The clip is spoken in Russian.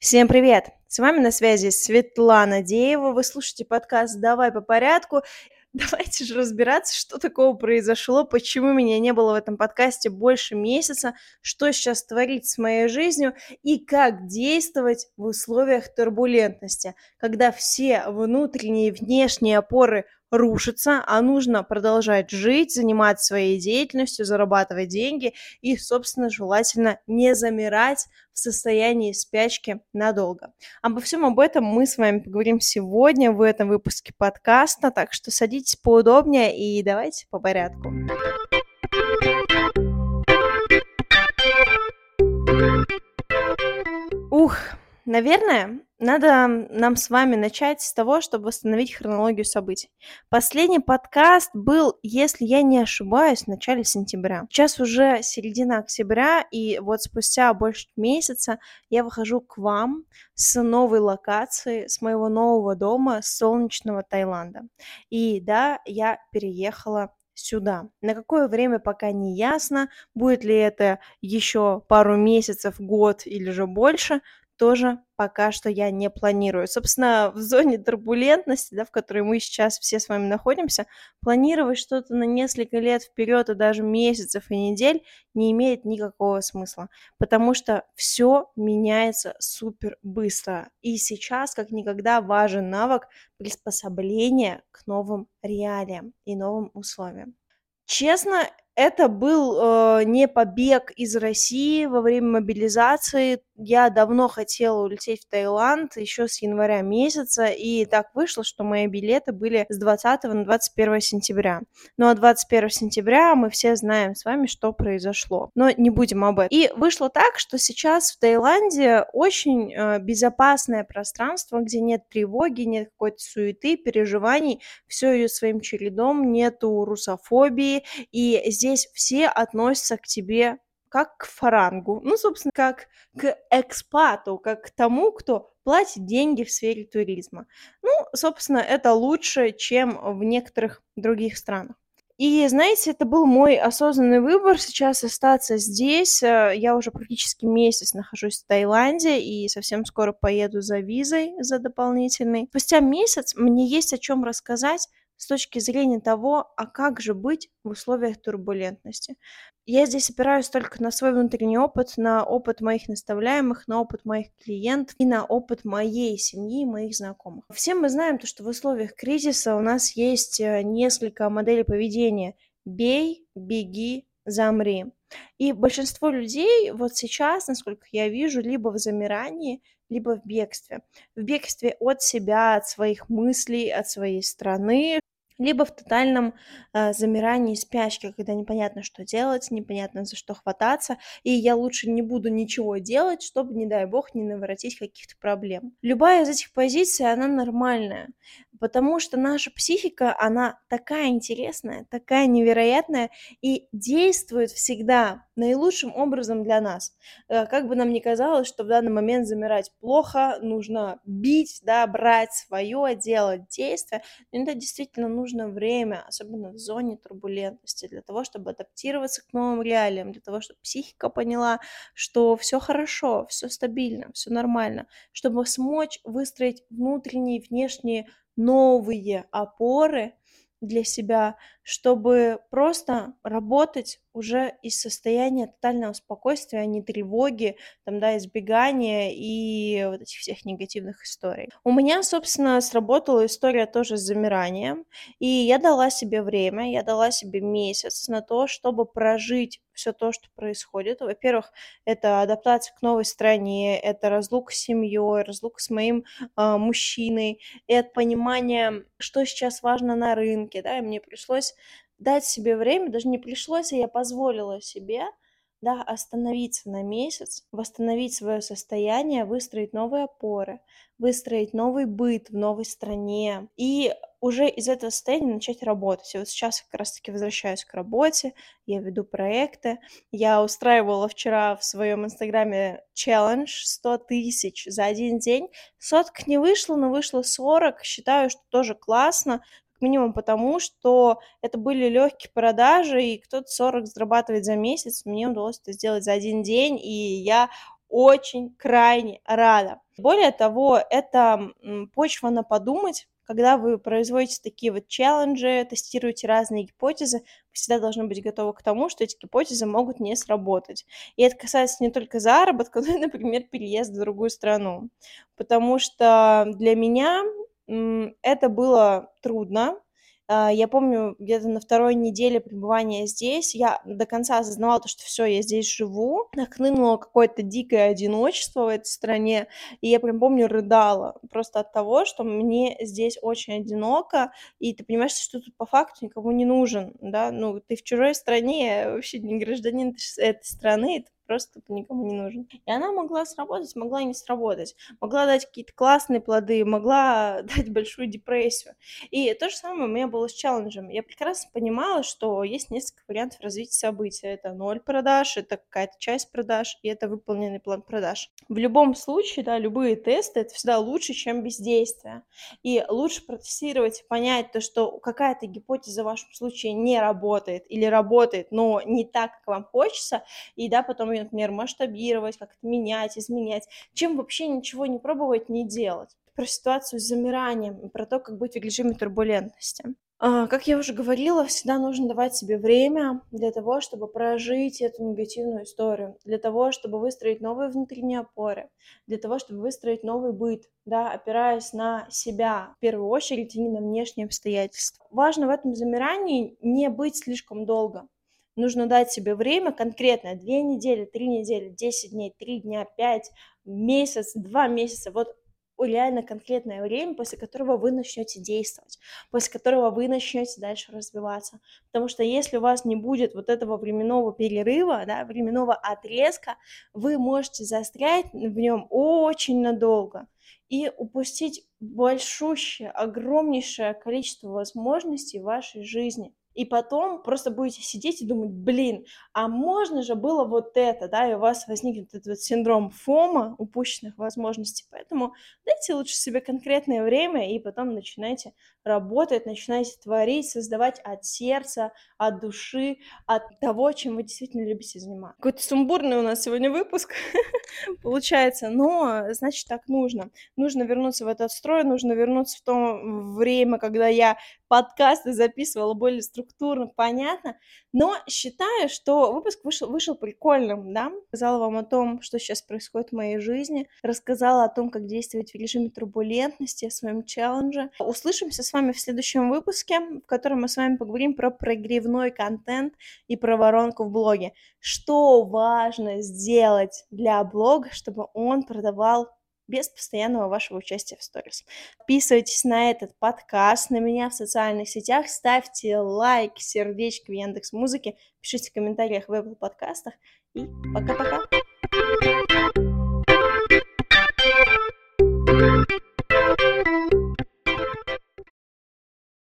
Всем привет! С вами на связи Светлана Деева. Вы слушаете подкаст «Давай по порядку». Давайте же разбираться, что такого произошло, почему меня не было в этом подкасте больше месяца, что сейчас творится с моей жизнью и как действовать в условиях турбулентности, когда все внутренние и внешние опоры рушатся, а нужно продолжать жить, заниматься своей деятельностью, зарабатывать деньги и, собственно, желательно не замирать в состоянии спячки надолго. Обо всем об этом мы с вами поговорим сегодня в этом выпуске подкаста, так что садитесь поудобнее и давайте по порядку. Ух, наверное, надо нам с вами начать с того, чтобы восстановить хронологию событий. Последний подкаст был, если я не ошибаюсь, в начале сентября. Сейчас уже середина октября, и вот спустя больше месяца я выхожу к вам с новой локации, с моего нового дома, с солнечного Таиланда. И да, я переехала сюда. На какое время пока не ясно, будет ли это еще пару месяцев, год или же больше, тоже пока что я не планирую. Собственно, в зоне турбулентности, да, в которой мы сейчас все с вами находимся, планировать что-то на несколько лет вперед и даже месяцев и недель не имеет никакого смысла, потому что все меняется супер быстро. И сейчас, как никогда, важен навык приспособления к новым реалиям и новым условиям. Честно, это был, не побег из России во время мобилизации. Я давно хотела улететь в Таиланд еще с января месяца, и так вышло, что мои билеты были с 20 на 21 сентября. Ну, а 21 сентября мы все знаем с вами, что произошло. Но не будем об этом. И вышло так, что сейчас в Таиланде очень, безопасное пространство, где нет тревоги, нет какой-то суеты, переживаний. Все идет своим чередом, нету русофобии, и здесь все относятся к тебе как к фарангу, ну, собственно, как к экспату, как к тому, кто платит деньги в сфере туризма. Ну, собственно, это лучше, чем в некоторых других странах. И, знаете, это был мой осознанный выбор сейчас остаться здесь. Я уже практически месяц нахожусь в Таиланде и совсем скоро поеду за визой, за дополнительной. Спустя месяц мне есть о чем рассказать с точки зрения того, а как же быть в условиях турбулентности. Я здесь опираюсь только на свой внутренний опыт, на опыт моих наставляемых, на опыт моих клиентов и на опыт моей семьи, моих знакомых. Все мы знаем то, что в условиях кризиса у нас есть несколько моделей поведения. Бей, беги, замри. И большинство людей вот сейчас, насколько я вижу, либо в замирании, либо в бегстве. В бегстве от себя, от своих мыслей, от своей страны, либо в тотальном замирании, спячке, когда непонятно, что делать, непонятно, за что хвататься, и я лучше не буду ничего делать, чтобы, не дай бог, не наворотить каких-то проблем. Любая из этих позиций, она нормальная, потому что наша психика, она такая интересная, такая невероятная и действует всегда наилучшим образом для нас. Как бы нам ни казалось, что в данный момент замирать плохо, нужно бить, да, брать свое, делать действия, иногда действительно нужно время, особенно в зоне турбулентности, для того, чтобы адаптироваться к новым реалиям, для того, чтобы психика поняла, что все хорошо, все стабильно, все нормально, чтобы смочь выстроить внутренние и внешние новые опоры для себя, чтобы просто работать уже из состояния тотального спокойствия, а не тревоги, там, да, избегания и вот этих всех негативных историй. У меня, собственно, сработала история тоже с замиранием, и я дала себе время, я дала себе месяц на то, чтобы прожить все то, что происходит. Во-первых, это адаптация к новой стране, это разлука с семьей, разлука с моим мужчиной, это понимание, что сейчас важно на рынке, да, и мне пришлось дать себе время, даже не пришлось, а я позволила себе, да, остановиться на месяц, восстановить свое состояние, выстроить новые опоры, выстроить новый быт в новой стране и уже из этого состояния начать работать. И вот сейчас я как раз-таки возвращаюсь к работе, я веду проекты. Я устраивала вчера в своем инстаграме челлендж 100 тысяч за один день. Соток не вышло, но вышло 40. Считаю, что тоже классно, как минимум потому, что это были легкие продажи, и кто-то 40 зарабатывает за месяц. Мне удалось это сделать за один день, и я очень крайне рада. Более того, это почва на подумать. Когда вы производите такие вот челленджи, тестируете разные гипотезы, вы всегда должны быть готовы к тому, что эти гипотезы могут не сработать. И это касается не только заработка, но и, например, переезда в другую страну. Потому что для меня это было трудно. Я помню, где-то на второй неделе пребывания здесь я до конца осознавала то, что все, я здесь живу. Нахлынуло какое-то дикое одиночество в этой стране, и я прям помню, рыдала просто от того, что мне здесь очень одиноко, и ты понимаешь, что тут по факту никому не нужен, да, ну, ты в чужой стране, вообще не гражданин этой страны, ты просто никому не нужен. И она могла сработать, могла и не сработать, могла дать какие-то классные плоды, могла дать большую депрессию. И то же самое у меня было с челленджем. Я прекрасно понимала, что есть несколько вариантов развития событий. Это 0 продаж, это какая-то часть продаж, и это выполненный план продаж. В любом случае, да, любые тесты — это всегда лучше, чем бездействие. И лучше протестировать, понять то, что какая-то гипотеза в вашем случае не работает или работает, но не так, как вам хочется, и, да, потом ее, например, масштабировать, как-то менять, изменять, чем вообще ничего не пробовать, не делать. Про ситуацию с замиранием и про то, как быть в режиме турбулентности. Как я уже говорила, всегда нужно давать себе время для того, чтобы прожить эту негативную историю, для того, чтобы выстроить новые внутренние опоры, для того, чтобы выстроить новый быт, да, опираясь на себя в первую очередь, и не на внешние обстоятельства. Важно в этом замирании не быть слишком долго. Нужно дать себе время конкретное: 2 недели, 3 недели, 10 дней, 3 дня, 5, месяц, 2 месяца. Вот реально конкретное время, после которого вы начнете действовать, после которого вы начнете дальше развиваться. Потому что если у вас не будет вот этого временного перерыва, да, временного отрезка, вы можете застрять в нем очень надолго и упустить большущее, огромнейшее количество возможностей в вашей жизни. И потом просто будете сидеть и думать: блин, а можно же было вот это, да, и у вас возникнет этот вот синдром ФОМа, упущенных возможностей. Поэтому дайте лучше себе конкретное время и потом начинайте работать, начинайте творить, создавать от сердца, от души, от того, чем вы действительно любите заниматься. Какой-то сумбурный у нас сегодня выпуск получается, но значит так нужно. Нужно вернуться в этот строй, нужно вернуться в то время, когда я подкасты записывала более структурно, понятно. Но считаю, что выпуск вышел прикольным, да. Рассказала вам о том, что сейчас происходит в моей жизни, рассказала о том, как действовать в режиме турбулентности, о своем челлендже. Услышимся с вами в следующем выпуске, в котором мы с вами поговорим про прогревной контент и про воронку в блоге. Что важно сделать для блога, чтобы он продавал без постоянного вашего участия в сторис. Подписывайтесь на этот подкаст, на меня в социальных сетях, ставьте лайк, сердечко в Яндекс.Музыке, пишите в комментариях в Apple подкастах и пока-пока!